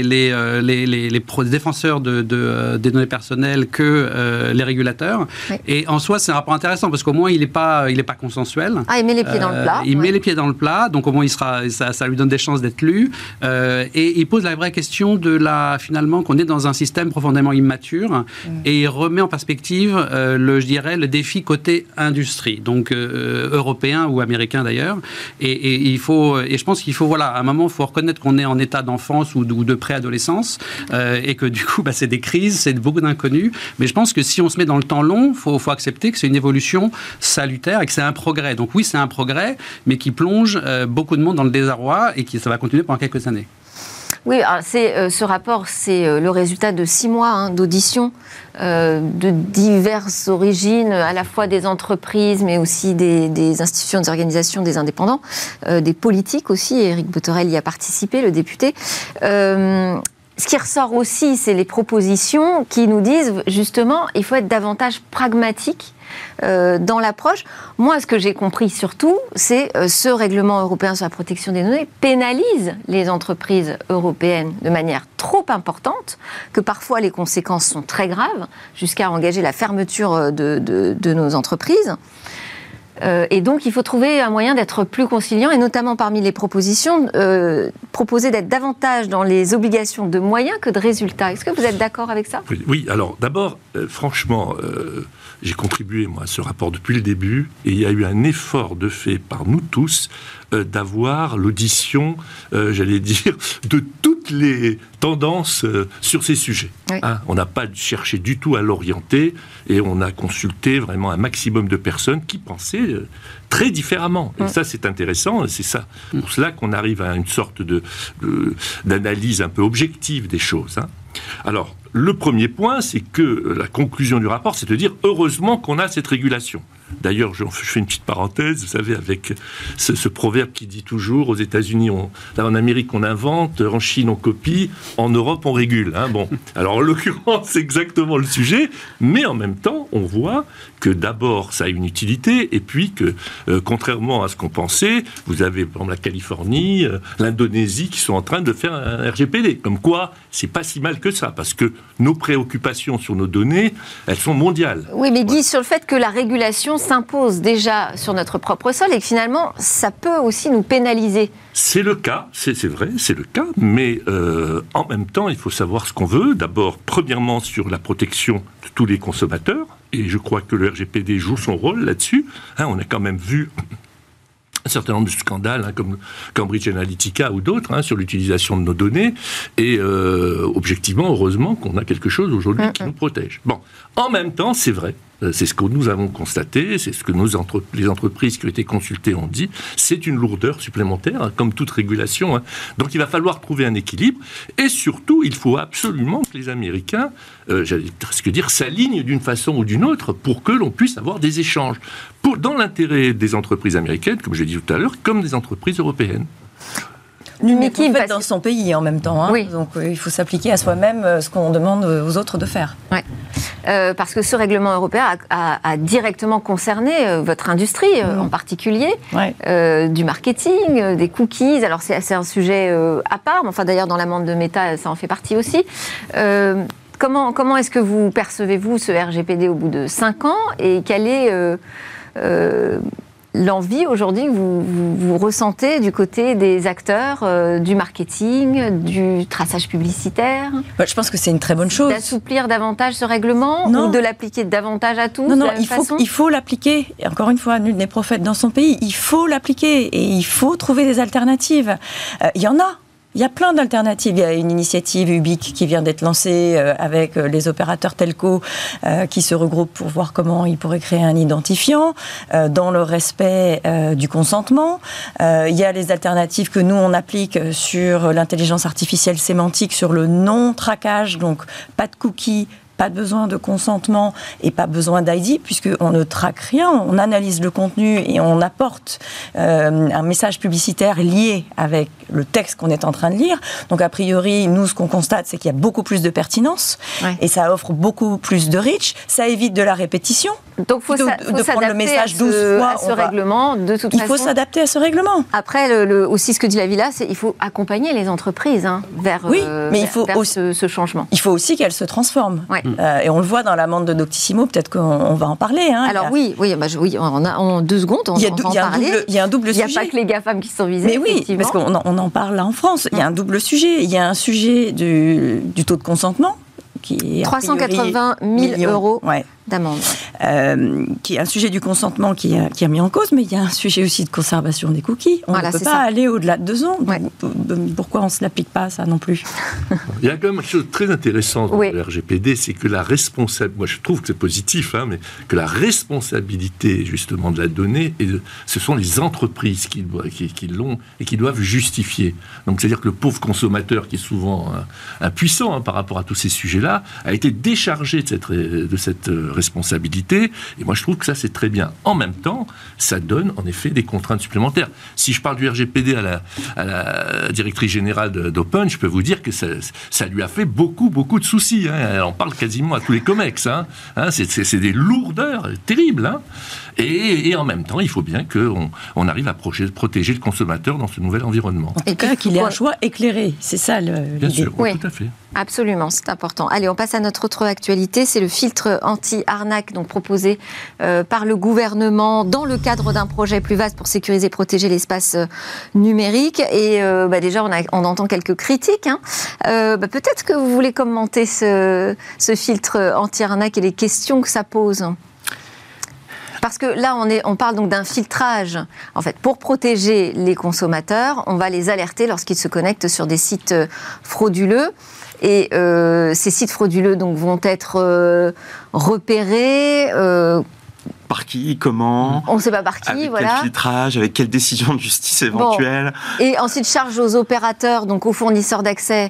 [SPEAKER 3] les défenseurs des données personnelles que les régulateurs. Oui. Et en soi, c'est un rapport intéressant parce qu'au moins il n'est pas consensuel.
[SPEAKER 1] Il met les pieds dans le plat.
[SPEAKER 3] Il met les pieds dans le plat, donc au moins ça lui donne des chances d'être lu. Et il pose la vraie question finalement qu'on est dans un système profondément immature et il remet en perspective, je dirais, le défi côté industrie. Donc européens ou américains d'ailleurs. Et je pense qu'il faut, à un moment, il faut reconnaître qu'on est en état d'enfance ou de préadolescence et que du coup, c'est des crises, c'est beaucoup d'inconnus. Mais je pense que si on se met dans le temps long, il faut accepter que c'est une évolution salutaire et que c'est un progrès. Donc oui, c'est un progrès, mais qui plonge beaucoup de monde dans le désarroi et ça va continuer pendant quelques années.
[SPEAKER 1] Oui, alors ce rapport, c'est le résultat de 6 mois d'audition de diverses origines, à la fois des entreprises, mais aussi des institutions, des organisations, des indépendants, des politiques aussi. Éric Bothorel y a participé, le député. Ce qui ressort aussi, c'est les propositions qui nous disent, justement, il faut être davantage pragmatique dans l'approche. Moi, ce que j'ai compris surtout, c'est ce règlement européen sur la protection des données pénalise les entreprises européennes de manière trop importante, que parfois les conséquences sont très graves, jusqu'à engager la fermeture de nos entreprises. Et donc, il faut trouver un moyen d'être plus conciliant, et notamment parmi les propositions, proposer d'être davantage dans les obligations de moyens que de résultats. Est-ce que vous êtes d'accord avec ça ?
[SPEAKER 5] Oui, alors d'abord, franchement, j'ai contribué, moi, à ce rapport depuis le début, et il y a eu un effort de fait par nous tous d'avoir l'audition, j'allais dire, de toutes les tendances sur ces sujets. Oui. On n'a pas cherché du tout à l'orienter, et on a consulté vraiment un maximum de personnes qui pensaient très différemment. Et ça, c'est intéressant, c'est ça. Pour cela qu'on arrive à une sorte d'analyse un peu objective des choses. Alors, le premier point, c'est que la conclusion du rapport, c'est de dire heureusement qu'on a cette régulation. D'ailleurs, je fais une petite parenthèse, vous savez, avec ce proverbe qui dit toujours aux États-Unis, en Amérique on invente, en Chine on copie, en Europe on régule. Bon, alors en l'occurrence, c'est exactement le sujet, mais en même temps, on voit que d'abord ça a une utilité, et puis que contrairement à ce qu'on pensait, vous avez par exemple la Californie, l'Indonésie qui sont en train de faire un RGPD. Comme quoi, c'est pas si mal que ça, parce que nos préoccupations sur nos données, elles sont mondiales.
[SPEAKER 1] Oui, mais dit sur le fait que la régulation s'impose déjà sur notre propre sol et que finalement, ça peut aussi nous pénaliser.
[SPEAKER 5] C'est le cas, c'est vrai, c'est le cas, mais en même temps, il faut savoir ce qu'on veut. D'abord, premièrement, sur la protection de tous les consommateurs, et je crois que le RGPD joue son rôle là-dessus. On a quand même vu un certain nombre de scandales, comme Cambridge Analytica ou d'autres, sur l'utilisation de nos données, et objectivement, heureusement qu'on a quelque chose aujourd'hui qui nous protège. Bon, en même temps, c'est vrai, c'est ce que nous avons constaté, c'est ce que les entreprises qui ont été consultées ont dit, c'est une lourdeur supplémentaire, comme toute régulation. Donc il va falloir trouver un équilibre, et surtout, il faut absolument que les Américains, j'allais presque dire, s'alignent d'une façon ou d'une autre pour que l'on puisse avoir des échanges, dans l'intérêt des entreprises américaines, comme je l'ai dit tout à l'heure, comme des entreprises européennes.
[SPEAKER 4] Mais qui fait dans son pays en même temps. Oui. Donc il faut s'appliquer à soi-même ce qu'on demande aux autres de faire.
[SPEAKER 1] Oui. Parce que ce règlement européen a directement concerné votre industrie en particulier, du marketing, des cookies. Alors c'est un sujet à part, mais enfin d'ailleurs dans l'amende de Meta, ça en fait partie aussi. Comment est-ce que vous percevez-vous ce RGPD au bout de 5 ans, et quelle est l'envie aujourd'hui que vous ressentez du côté des acteurs du marketing, du traçage publicitaire ?
[SPEAKER 4] Je pense que c'est une très bonne chose.
[SPEAKER 1] D'assouplir davantage ce règlement ou de l'appliquer davantage à tous ?
[SPEAKER 4] Non, il faut l'appliquer. Et encore une fois, nul n'est prophète dans son pays. Il faut l'appliquer et il faut trouver des alternatives. Il y en a. Il y a plein d'alternatives. Il y a une initiative Ubique qui vient d'être lancée avec les opérateurs telco qui se regroupent pour voir comment ils pourraient créer un identifiant dans le respect du consentement. Il y a les alternatives que nous, on applique sur l'intelligence artificielle sémantique, sur le non-traquage, donc pas de cookies, pas de besoin de consentement et pas besoin d'ID, puisqu'on ne traque rien, on analyse le contenu et on apporte un message publicitaire lié avec le texte qu'on est en train de lire. Donc a priori, nous, ce qu'on constate, c'est qu'il y a beaucoup plus de pertinence et ça offre beaucoup plus de reach, ça évite de la répétition.
[SPEAKER 1] Donc il faut s'adapter le message 12 fois, à ce règlement, de toute façon.
[SPEAKER 4] Il faut s'adapter à ce règlement.
[SPEAKER 1] Après, aussi ce que dit la Villa, c'est qu'il faut accompagner les entreprises vers ce changement.
[SPEAKER 4] Il faut aussi qu'elles se transforment. Ouais. Et on le voit dans l'amende de Doctissimo, peut-être qu'on va en parler.
[SPEAKER 1] Alors oui, en 2 secondes, on va en parler.
[SPEAKER 4] Il y a un double sujet.
[SPEAKER 1] Il n'y a pas que les GAFAM qui sont visés.
[SPEAKER 4] Mais oui, parce qu'on en parle là en France. Il y a un double sujet. Il y a un sujet du taux de consentement, qui est
[SPEAKER 1] 380 000 euros d'amende.
[SPEAKER 4] qui est un sujet du consentement qui a mis en cause, mais il y a un sujet aussi de conservation des cookies. On ne peut pas aller au-delà de 2 ans. Ouais. Pourquoi on ne se l'applique pas, ça non plus?
[SPEAKER 5] Il y a quand même quelque chose de très intéressant dans le RGPD, c'est que la responsabilité, moi je trouve que c'est positif, mais que la responsabilité justement de la donnée, ce sont les entreprises qui l'ont et qui doivent justifier. Donc c'est-à-dire que le pauvre consommateur, qui est souvent impuissant par rapport à tous ces sujets-là, a été déchargé de cette responsabilité. Et moi je trouve que ça c'est très bien. En même temps, ça donne en effet des contraintes supplémentaires. Si je parle du RGPD à la directrice générale d'Open, je peux vous dire que ça lui a fait beaucoup de soucis. Elle en parle quasiment à tous les COMEX. C'est des lourdeurs terribles. Et en même temps, il faut bien qu'on arrive à protéger le consommateur dans ce nouvel environnement.
[SPEAKER 4] En tout cas, qu'il ait un choix éclairé. C'est ça l'idée.
[SPEAKER 5] Bien sûr, oui, tout à fait.
[SPEAKER 1] Absolument, c'est important. Allez, on passe à notre autre actualité. C'est le filtre anti-arnaque proposé par le gouvernement dans le cadre d'un projet plus vaste pour sécuriser et protéger l'espace numérique. Et déjà, on entend quelques critiques. Peut-être que vous voulez commenter ce filtre anti-arnaque et les questions que ça pose. Parce que là, on parle donc d'un filtrage. En fait, pour protéger les consommateurs, on va les alerter lorsqu'ils se connectent sur des sites frauduleux. Et ces sites frauduleux donc, vont être repérés.
[SPEAKER 2] Par qui, comment?
[SPEAKER 1] On ne sait pas par qui,
[SPEAKER 2] avec quel filtrage, avec quelle décision de justice éventuelle.
[SPEAKER 1] Et ensuite, charge aux opérateurs, donc aux fournisseurs d'accès,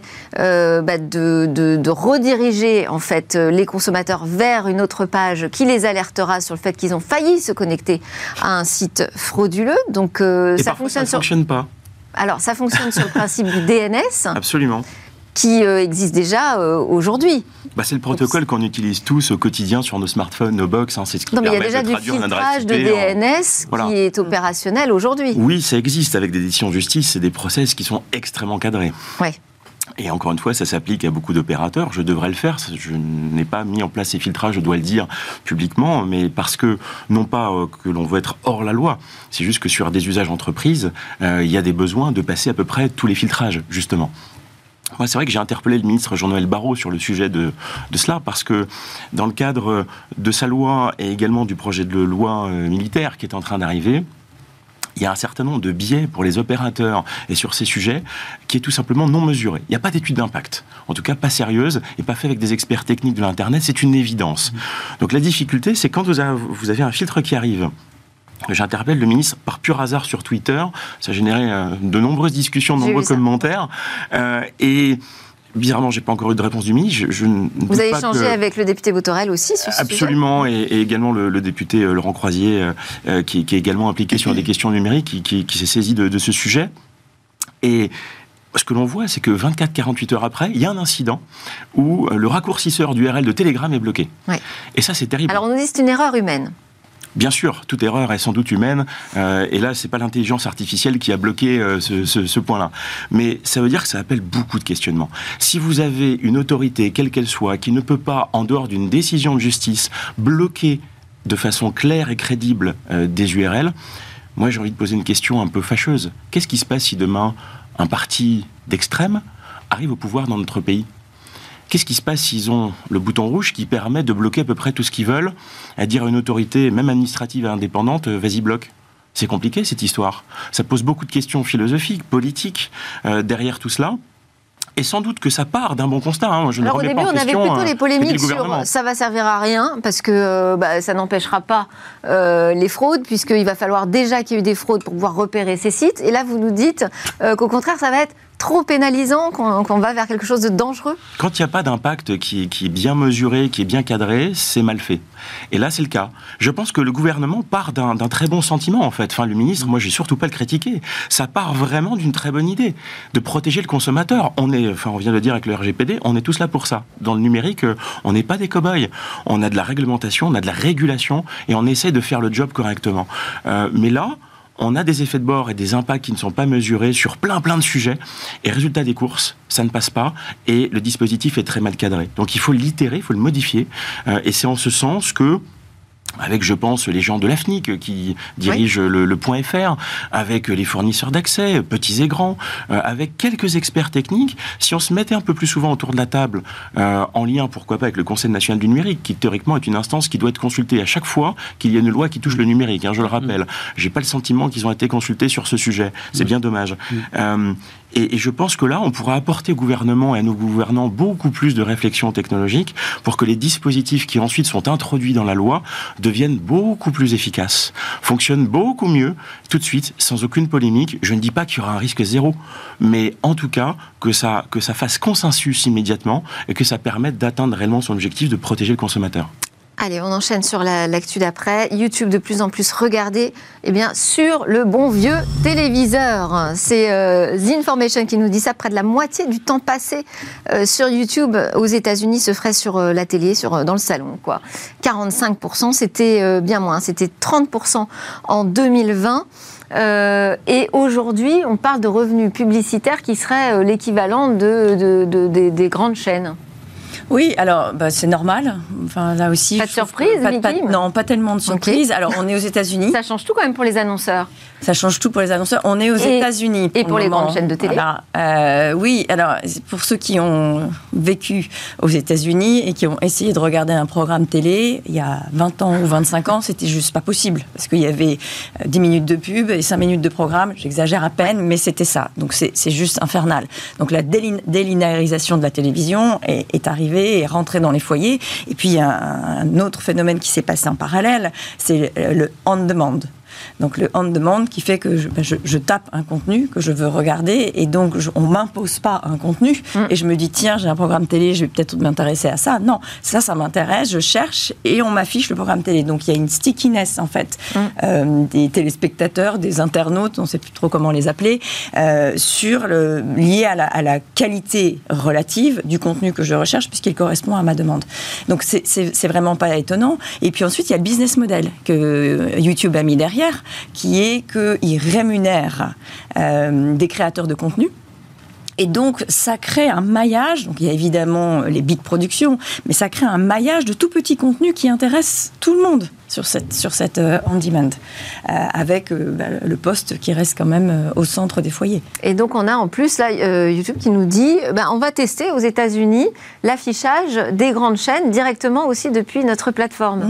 [SPEAKER 1] de rediriger en fait les consommateurs vers une autre page qui les alertera sur le fait qu'ils ont failli se connecter à un site frauduleux. Donc
[SPEAKER 2] ça fonctionne pas.
[SPEAKER 1] Alors, ça fonctionne sur le principe du DNS.
[SPEAKER 2] Absolument.
[SPEAKER 1] Qui existe déjà aujourd'hui.
[SPEAKER 2] C'est le protocole qu'on utilise tous au quotidien sur nos smartphones, nos box. C'est ce qui permet de traduire
[SPEAKER 1] il y a déjà du filtrage de DNS qui est opérationnel aujourd'hui.
[SPEAKER 2] Oui, ça existe avec des décisions de justice. C'est des process qui sont extrêmement cadrés.
[SPEAKER 1] Ouais.
[SPEAKER 2] Et encore une fois, ça s'applique à beaucoup d'opérateurs. Je devrais le faire. Je n'ai pas mis en place ces filtrages, je dois le dire publiquement, mais parce que, non pas que l'on veut être hors la loi, c'est juste que sur des usages entreprises, il y a des besoins de passer à peu près tous les filtrages, justement. Moi, c'est vrai que j'ai interpellé le ministre Jean-Noël Barrot sur le sujet de cela, parce que dans le cadre de sa loi et également du projet de loi militaire qui est en train d'arriver, il y a un certain nombre de biais pour les opérateurs et sur ces sujets qui est tout simplement non mesuré. Il n'y a pas d'étude d'impact, en tout cas pas sérieuse et pas fait avec des experts techniques de l'Internet, c'est une évidence. Donc la difficulté, c'est quand vous avez un filtre qui arrive. J'interpelle le ministre par pur hasard sur Twitter. Ça a généré de nombreuses discussions, de nombreux commentaires. Et bizarrement, je n'ai pas encore eu de réponse du ministre.
[SPEAKER 1] Vous avez échangé avec le député Botorel aussi sur ce
[SPEAKER 2] Absolument,
[SPEAKER 1] sujet.
[SPEAKER 2] Et également le député Laurent Croisier, qui est également impliqué sur des questions numériques, qui s'est saisi de ce sujet. Et ce que l'on voit, c'est que 24-48 heures après, il y a un incident où le raccourcisseur d'URL de Telegram est bloqué.
[SPEAKER 1] Ouais.
[SPEAKER 2] Et ça, c'est terrible.
[SPEAKER 1] Alors, on nous dit que c'est une erreur humaine.
[SPEAKER 2] Bien sûr, toute erreur est sans doute humaine, et là, c'est pas l'intelligence artificielle qui a bloqué ce point-là. Mais ça veut dire que ça appelle beaucoup de questionnements. Si vous avez une autorité, quelle qu'elle soit, qui ne peut pas, en dehors d'une décision de justice, bloquer de façon claire et crédible des URL, moi, j'ai envie de poser une question un peu fâcheuse. Qu'est-ce qui se passe si demain, un parti d'extrême arrive au pouvoir dans notre pays ? Qu'est-ce qui se passe s'ils ont le bouton rouge qui permet de bloquer à peu près tout ce qu'ils veulent, à dire à une autorité, même administrative et indépendante, vas-y, bloque? C'est compliqué, cette histoire. Ça pose beaucoup de questions philosophiques, politiques, derrière tout cela. Et sans doute que ça part d'un bon constat. Au début,
[SPEAKER 1] on avait plutôt les polémiques sur ça va servir à rien, parce que ça n'empêchera pas les fraudes, puisqu'il va falloir déjà qu'il y ait eu des fraudes pour pouvoir repérer ces sites. Et là, vous nous dites qu'au contraire, ça va être trop pénalisant, qu'on va vers quelque chose de dangereux?
[SPEAKER 2] Quand il n'y a pas d'impact qui est bien mesuré, qui est bien cadré, c'est mal fait. Et là, c'est le cas. Je pense que le gouvernement part d'un très bon sentiment, en fait. Enfin, le ministre, moi, je n'ai surtout pas le critiquer. Ça part vraiment d'une très bonne idée, de protéger le consommateur. On vient de le dire avec le RGPD, on est tous là pour ça. Dans le numérique, on n'est pas des cow-boys. On a de la réglementation, on a de la régulation, et on essaie de faire le job correctement. Mais là, on a des effets de bord et des impacts qui ne sont pas mesurés sur plein de sujets. Et résultat des courses, ça ne passe pas. Et le dispositif est très mal cadré. Donc il faut l'itérer, il faut le modifier. Et c'est en ce sens que avec, je pense, les gens de l'AFNIC qui dirigent le Point .fr, avec les fournisseurs d'accès, petits et grands, avec quelques experts techniques. Si on se mettait un peu plus souvent autour de la table, en lien, pourquoi pas, avec le Conseil national du numérique, qui théoriquement est une instance qui doit être consultée à chaque fois qu'il y a une loi qui touche le numérique, je le rappelle. J'ai pas le sentiment qu'ils ont été consultés sur ce sujet. C'est bien dommage. Et je pense que là, on pourra apporter au gouvernement et à nos gouvernants beaucoup plus de réflexion technologique pour que les dispositifs qui ensuite sont introduits dans la loi deviennent beaucoup plus efficaces, fonctionnent beaucoup mieux, tout de suite, sans aucune polémique. Je ne dis pas qu'il y aura un risque zéro, mais en tout cas, que ça fasse consensus immédiatement et que ça permette d'atteindre réellement son objectif de protéger le consommateur.
[SPEAKER 1] Allez, on enchaîne sur l'actu d'après. YouTube de plus en plus regardé sur le bon vieux téléviseur. C'est The Information qui nous dit ça. Près de la moitié du temps passé sur YouTube aux États-Unis se ferait sur la télé, dans le salon, quoi. 45%, c'était bien moins. C'était 30% en 2020. Et aujourd'hui, on parle de revenus publicitaires qui seraient l'équivalent des grandes chaînes.
[SPEAKER 4] Oui, alors c'est normal. Enfin, là aussi,
[SPEAKER 1] pas de surprise,
[SPEAKER 4] non, pas tellement de surprise. Okay. Alors, on est aux États-Unis.
[SPEAKER 1] Ça change tout quand même pour les annonceurs.
[SPEAKER 4] Ça change tout pour les annonceurs. On est aux États-Unis.
[SPEAKER 1] Et pour les grandes chaînes de télé.
[SPEAKER 4] Voilà. Oui, alors pour ceux qui ont vécu aux États-Unis et qui ont essayé de regarder un programme télé il y a 20 ans ou 25 ans, c'était juste pas possible parce qu'il y avait 10 minutes de pub et 5 minutes de programme. J'exagère à peine, mais c'était ça. Donc c'est juste infernal. Donc la délinéarisation de la télévision est arrivée et rentrée dans les foyers. Et puis il y a un autre phénomène qui s'est passé en parallèle, c'est le on-demand. Donc le on-demand qui fait que je tape un contenu que je veux regarder et donc on ne m'impose pas un contenu et je me dis tiens j'ai un programme télé, je vais peut-être m'intéresser à ça. Non, ça m'intéresse, je cherche et on m'affiche le programme télé. Donc il y a une stickiness en fait des téléspectateurs, des internautes, on ne sait plus trop comment les appeler, lié à la qualité relative du contenu que je recherche puisqu'il correspond à ma demande. Donc c'est vraiment pas étonnant. Et puis ensuite il y a le business model que YouTube a mis derrière, qui est qu'il rémunère des créateurs de contenu. Et donc, ça crée un maillage. Donc, il y a évidemment les big productions, mais ça crée un maillage de tout petits contenus qui intéressent tout le monde sur cette on-demand, avec le poste qui reste quand même au centre des foyers.
[SPEAKER 1] Et donc, on a en plus là YouTube qui nous dit on va tester aux États-Unis l'affichage des grandes chaînes directement aussi depuis notre plateforme.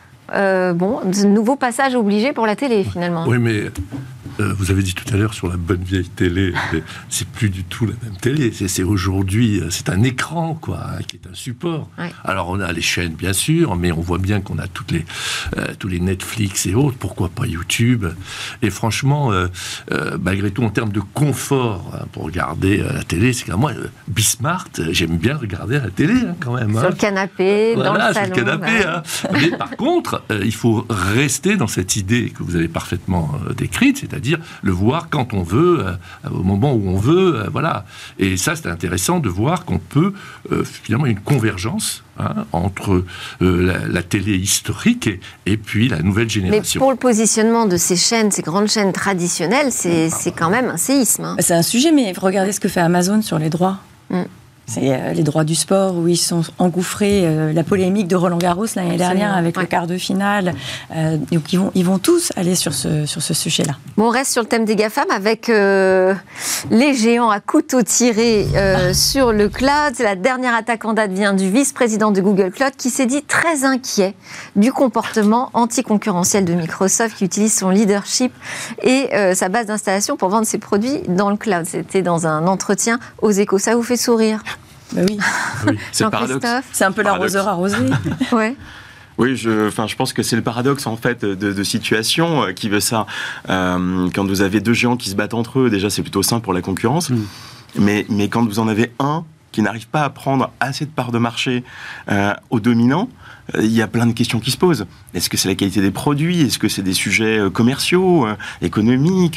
[SPEAKER 1] Nouveau passage obligé pour la télé, finalement.
[SPEAKER 5] Oui, mais vous avez dit tout à l'heure sur la bonne vieille télé, c'est plus du tout la même télé. C'est aujourd'hui, c'est un écran, quoi, qui est un support. Ouais. Alors, on a les chaînes, bien sûr, mais on voit bien qu'on a tous les Netflix et autres. Pourquoi pas YouTube ? Et franchement, malgré tout, en termes de confort pour regarder la télé, c'est que moi, Bismart, j'aime bien regarder la télé, quand même.
[SPEAKER 1] Sur le canapé, dans le salon.
[SPEAKER 5] Sur le canapé, Mais par contre, il faut rester dans cette idée que vous avez parfaitement décrite, c'est-à-dire le voir quand on veut, au moment où on veut, voilà. Et ça, c'est intéressant de voir qu'on peut, finalement, une convergence entre la télé historique et puis la nouvelle génération.
[SPEAKER 1] Mais pour le positionnement de ces chaînes, ces grandes chaînes traditionnelles, c'est quand même un séisme.
[SPEAKER 4] C'est un sujet, mais regardez ce que fait Amazon sur les droits. C'est les droits du sport où ils sont engouffrés, la polémique de Roland-Garros l'année dernière avec le quart de finale. Donc ils vont tous aller sur ce sujet-là.
[SPEAKER 1] Bon, on reste sur le thème des GAFAM avec les géants à couteau tiré sur le cloud. C'est la dernière attaque en date vient du vice-président de Google Cloud qui s'est dit très inquiet du comportement anticoncurrentiel de Microsoft qui utilise son leadership et sa base d'installation pour vendre ses produits dans le cloud. C'était dans un entretien aux Échos. Ça vous fait sourire ?
[SPEAKER 4] Ben oui.
[SPEAKER 2] C'est le paradoxe.
[SPEAKER 4] C'est un peu l'arroseur arrosé.
[SPEAKER 1] Ouais.
[SPEAKER 2] Oui, je pense que c'est le paradoxe en fait de situation qui veut ça. Quand vous avez deux géants qui se battent entre eux, déjà c'est plutôt sain pour la concurrence. Mais quand vous en avez un qui n'arrive pas à prendre assez de parts de marché aux dominants, il y a plein de questions qui se posent. Est-ce que c'est la qualité des produits ? Est-ce que c'est des sujets commerciaux, économiques ?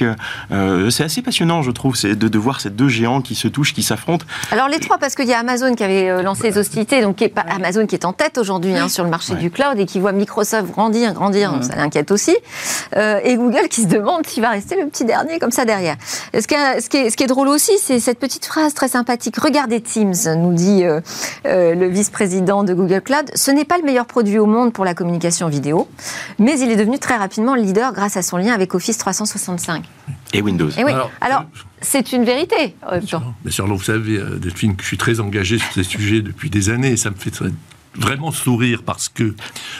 [SPEAKER 2] C'est assez passionnant, je trouve, de voir ces deux géants qui se touchent, qui s'affrontent.
[SPEAKER 1] Alors les trois, parce qu'il y a Amazon qui avait lancé les hostilités, donc Amazon qui est en tête aujourd'hui sur le marché du cloud et qui voit Microsoft grandir, donc ça l'inquiète aussi. Et Google qui se demande s'il va rester le petit dernier comme ça derrière. Ce qui est drôle aussi, c'est cette petite phrase très sympathique. Regardez Tim. Teams, nous dit le vice-président de Google Cloud. Ce n'est pas le meilleur produit au monde pour la communication vidéo, mais il est devenu très rapidement le leader grâce à son lien avec Office 365.
[SPEAKER 2] Et Windows.
[SPEAKER 1] Et oui. Alors c'est une vérité.
[SPEAKER 5] Bien sûr, vous savez, Delphine, que je suis très engagé sur ces sujets depuis des années, et ça me fait vraiment sourire parce que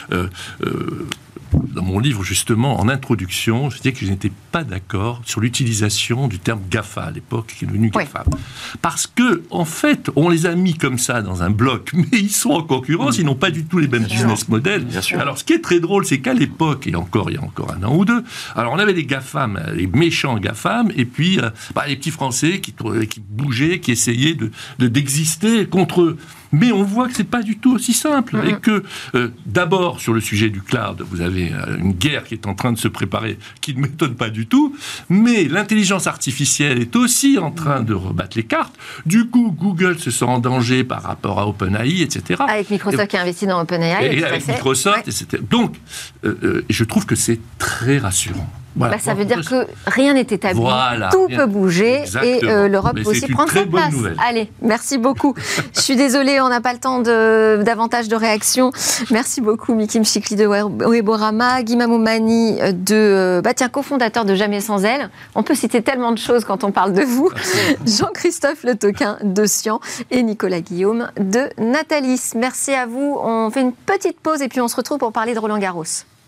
[SPEAKER 5] dans mon livre, justement, en introduction, je disais que je n'étais pas d'accord sur l'utilisation du terme GAFA à l'époque, qui est devenu GAFA. Oui. Parce que, en fait, on les a mis comme ça dans un bloc, mais ils sont en concurrence, ils n'ont pas du tout les mêmes business models. Alors, ce qui est très drôle, c'est qu'à l'époque, et encore, il y a encore un an ou deux, alors on avait les GAFAM, les méchants GAFAM, et puis les petits Français qui bougeaient, qui essayaient d'exister contre eux. Mais on voit que c'est pas du tout aussi simple, et que d'abord sur le sujet du cloud, vous avez une guerre qui est en train de se préparer, qui ne m'étonne pas du tout, mais l'intelligence artificielle est aussi en train de rebattre les cartes. Du coup, Google se sent en danger par rapport à OpenAI, etc.
[SPEAKER 1] Avec Microsoft qui a investi dans OpenAI.
[SPEAKER 5] Et avec Microsoft, etc. Donc, je trouve que c'est très rassurant.
[SPEAKER 1] Voilà. Ça veut dire que rien n'est établi, tout peut bouger. Exactement. Et l'Europe peut aussi prendre sa place. Allez, merci beaucoup. Je suis désolée, on n'a pas le temps davantage de réactions. Merci beaucoup, Mikim Chikli de Weborama, Guy Mamoumani, cofondateur de Jamais sans elle. On peut citer tellement de choses quand on parle de vous. Jean-Christophe Le Toquin de Sian et Nicolas Guillaume de Natalis. Merci à vous. On fait une petite pause et puis on se retrouve pour parler de Roland Garros.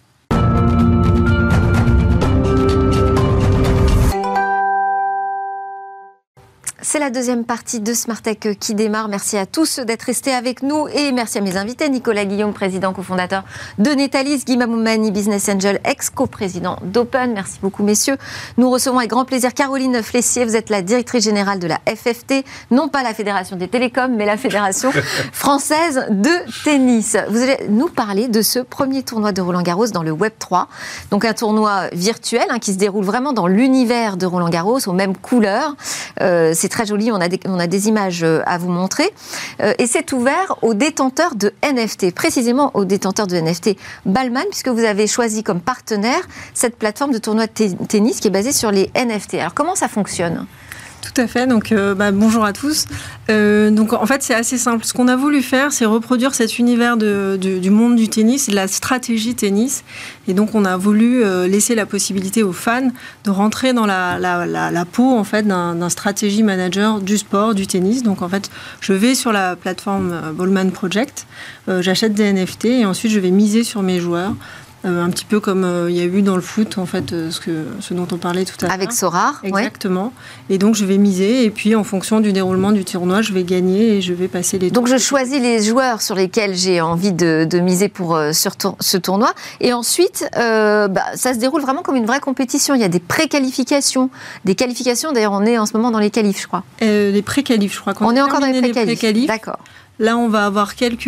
[SPEAKER 1] C'est la deuxième partie de Smartech qui démarre. Merci à tous d'être restés avec nous et merci à mes invités. Nicolas Guillaume, président cofondateur de Netalis, Guy Mamoumani, business angel, ex-coprésident d'Open. Merci beaucoup, messieurs. Nous recevons avec grand plaisir Caroline Flessier. Vous êtes la directrice générale de la FFT, non pas la Fédération des télécoms, mais la Fédération française de tennis. Vous allez nous parler de ce premier tournoi de Roland Garros dans le Web3. Donc un tournoi virtuel qui se déroule vraiment dans l'univers de Roland Garros, aux mêmes couleurs. C'est très joli, on a des images à vous montrer. Et c'est ouvert aux détenteurs de NFT, précisément aux détenteurs de NFT Balman, puisque vous avez choisi comme partenaire cette plateforme de tournoi de tennis qui est basée sur les NFT. Alors comment ça fonctionne ?
[SPEAKER 6] Tout à fait, donc bonjour à tous. Donc en fait c'est assez simple. Ce qu'on a voulu faire, c'est reproduire cet univers du monde du tennis, de la stratégie tennis. Et donc on a voulu laisser la possibilité aux fans de rentrer dans la peau en fait d'un stratégie manager du sport, du tennis. Donc en fait je vais sur la plateforme Ballman Project, j'achète des NFT et ensuite je vais miser sur mes joueurs. Un petit peu comme il y a eu dans le foot, en fait, ce dont on parlait tout à l'heure.
[SPEAKER 1] Avec Sorare.
[SPEAKER 6] Exactement. Ouais. Et donc, je vais miser, et puis en fonction du déroulement du tournoi, je vais gagner et je vais passer les tours.
[SPEAKER 1] Donc, je choisis les joueurs sur lesquels j'ai envie de miser pour ce tournoi. Et ensuite, ça se déroule vraiment comme une vraie compétition. Il y a des pré-qualifications. Des qualifications, d'ailleurs, on est en ce moment dans les qualifs, je crois.
[SPEAKER 6] Les pré-qualifs, je crois.
[SPEAKER 1] On est encore dans les pré-qualifs. D'accord.
[SPEAKER 6] Là, on va avoir quelques...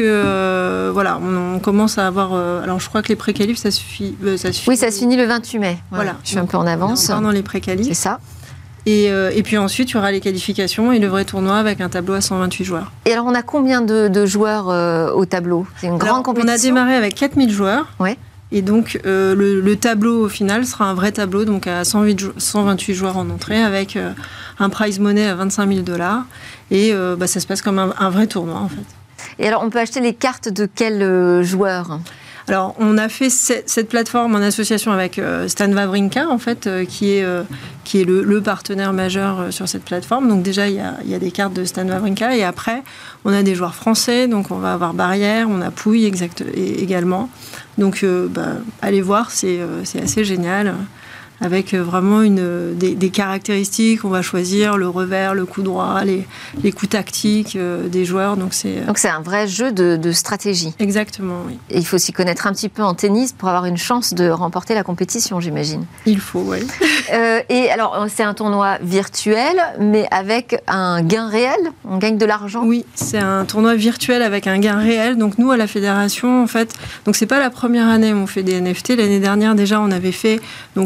[SPEAKER 6] on commence à avoir... alors, je crois que les pré-qualifs, ça suffit...
[SPEAKER 1] Oui, ça se finit le 28 mai. Voilà. Je suis un peu en avance.
[SPEAKER 6] On est dans les pré-qualifs.
[SPEAKER 1] C'est ça.
[SPEAKER 6] Et puis ensuite, il y aura les qualifications et le vrai tournoi avec un tableau à 128 joueurs.
[SPEAKER 1] Et alors, on a combien de joueurs au tableau ? C'est une grande compétition.
[SPEAKER 6] On a démarré avec 4000 joueurs.
[SPEAKER 1] Ouais.
[SPEAKER 6] Et donc, le tableau, au final, sera un vrai tableau, donc à 128 joueurs en entrée, avec un prize money à $25 000. Et ça se passe comme un vrai tournoi, en fait.
[SPEAKER 1] Et alors, on peut acheter les cartes de quel joueur ?
[SPEAKER 6] Alors, on a fait cette plateforme en association avec Stan Wawrinka, en fait, qui est le partenaire majeur sur cette plateforme. Donc déjà, il y a des cartes de Stan Wawrinka. Et après, on a des joueurs français. Donc, on va avoir Barrière, on a Pouille également. Donc, allez voir, c'est assez génial. Avec vraiment des caractéristiques. On va choisir le revers, le coup droit, les coups tactiques des joueurs. Donc c'est
[SPEAKER 1] un vrai jeu de stratégie.
[SPEAKER 6] Exactement, oui.
[SPEAKER 1] Et il faut s'y connaître un petit peu en tennis pour avoir une chance de remporter la compétition, j'imagine.
[SPEAKER 6] Il faut, oui.
[SPEAKER 1] Et alors, c'est un tournoi virtuel, mais avec un gain réel ? On gagne de l'argent ?
[SPEAKER 6] Oui, c'est un tournoi virtuel avec un gain réel. Donc nous, à la fédération, en fait, donc c'est pas la première année où on fait des NFT. L'année dernière, déjà, on avait fait donc le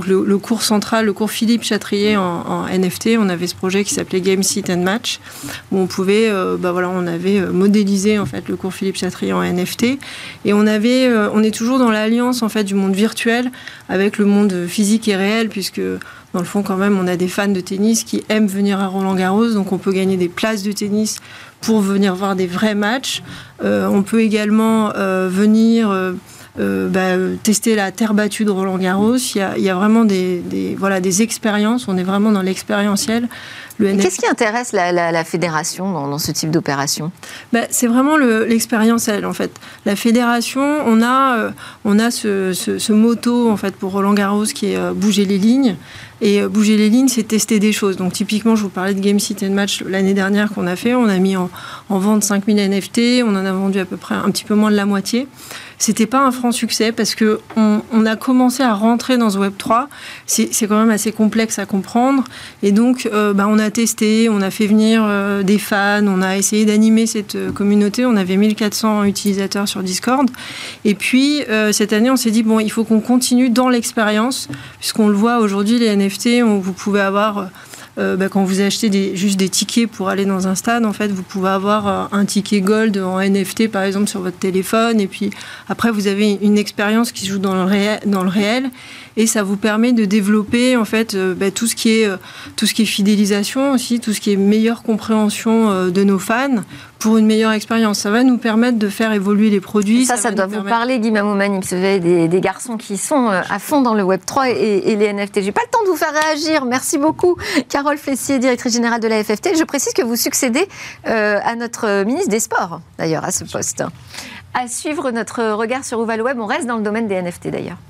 [SPEAKER 6] cours central, le cours Philippe Chatrier en NFT. On avait ce projet qui s'appelait Game, Sit and Match, où on pouvait, on avait modélisé en fait le cours Philippe Chatrier en NFT. Et on est toujours dans l'alliance en fait du monde virtuel avec le monde physique et réel, puisque dans le fond, quand même, on a des fans de tennis qui aiment venir à Roland-Garros, donc on peut gagner des places de tennis pour venir voir des vrais matchs. On peut également venir tester la terre battue de Roland-Garros. Il y a vraiment des expériences. On est vraiment dans l'expérientiel.
[SPEAKER 1] Qu'est-ce qui intéresse la fédération dans ce type d'opération ?
[SPEAKER 6] C'est vraiment l'expérientiel, en fait. La fédération, on a ce motto en fait, pour Roland-Garros qui est bouger les lignes. Et bouger les lignes, c'est tester des choses. Donc typiquement, je vous parlais de Game, Sit and Match l'année dernière qu'on a fait. On a mis en vente 5000 NFT. On en a vendu à peu près un petit peu moins de la moitié. C'était pas un franc succès parce que on a commencé à rentrer dans ce Web3. C'est quand même assez complexe à comprendre. Et donc, on a testé, on a fait venir des fans, on a essayé d'animer cette communauté. On avait 1400 utilisateurs sur Discord. Et puis, cette année, on s'est dit, il faut qu'on continue dans l'expérience, puisqu'on le voit aujourd'hui, les NFT, vous pouvez avoir... quand vous achetez juste des tickets pour aller dans un stade, en fait, vous pouvez avoir un ticket gold en NFT, par exemple, sur votre téléphone. Et puis, après, vous avez une expérience qui se joue dans le réel. Et ça vous permet de développer, en fait, tout ce qui est fidélisation aussi, tout ce qui est meilleure compréhension de nos fans pour une meilleure expérience. Ça va nous permettre de faire évoluer les produits.
[SPEAKER 1] Ça doit vous parler, Guy Mamou-Mani, parce que vous avez des garçons qui sont à fond dans le Web3 et les NFT. J'ai pas le temps de vous faire réagir. Merci beaucoup, Carole Flessier, directrice générale de la FFT. Je précise que vous succédez à notre ministre des Sports, d'ailleurs, à ce poste. À suivre notre regard sur Uvalweb. On reste dans le domaine des NFT, d'ailleurs.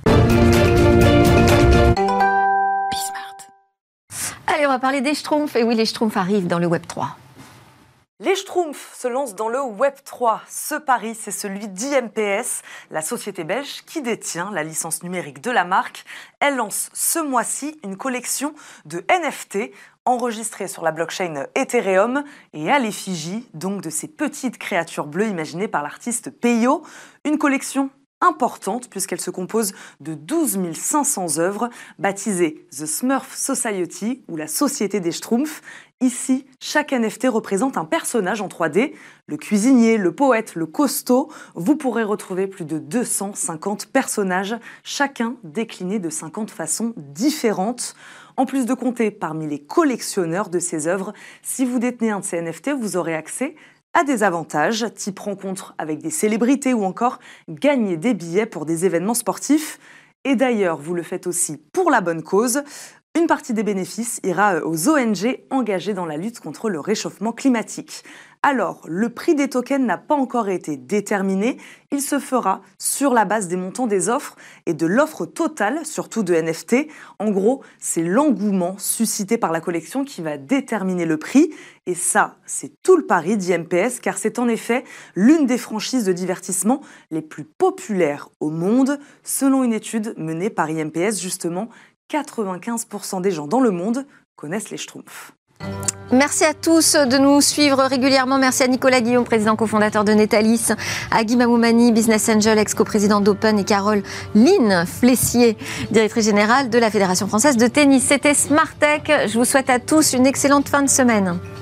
[SPEAKER 1] Allez, on va parler des Schtroumpfs. Et oui, les Schtroumpfs arrivent dans le Web3.
[SPEAKER 7] Les Schtroumpfs se lancent dans le Web3. Ce pari, c'est celui d'IMPS, la société belge qui détient la licence numérique de la marque. Elle lance ce mois-ci une collection de NFT enregistrés sur la blockchain Ethereum et à l'effigie donc de ces petites créatures bleues imaginées par l'artiste Peyo. Une collection importante puisqu'elle se compose de 12 500 œuvres baptisées The Smurf Society ou la Société des Schtroumpfs. Ici, chaque NFT représente un personnage en 3D, le cuisinier, le poète, le costaud. Vous pourrez retrouver plus de 250 personnages, chacun décliné de 50 façons différentes. En plus de compter parmi les collectionneurs de ces œuvres, si vous détenez un de ces NFT, vous aurez accès à des avantages, type rencontre avec des célébrités ou encore gagner des billets pour des événements sportifs. Et d'ailleurs, vous le faites aussi pour la bonne cause. Une partie des bénéfices ira aux ONG engagées dans la lutte contre le réchauffement climatique. Alors, le prix des tokens n'a pas encore été déterminé. Il se fera sur la base des montants des offres et de l'offre totale, surtout de NFT. En gros, c'est l'engouement suscité par la collection qui va déterminer le prix. Et ça, c'est tout le pari d'IMPS, car c'est en effet l'une des franchises de divertissement les plus populaires au monde. Selon une étude menée par IMPS, justement, 95% des gens dans le monde connaissent les Schtroumpfs.
[SPEAKER 1] Merci à tous de nous suivre régulièrement. Merci à Nicolas Guillaume, président cofondateur de Netalis, à Guy Mamou-Mani, business angel, ex-coprésident d'Open, et Carole Lynn Flessier, directrice générale de la Fédération française de tennis. C'était Smart Tech. Je vous souhaite à tous une excellente fin de semaine.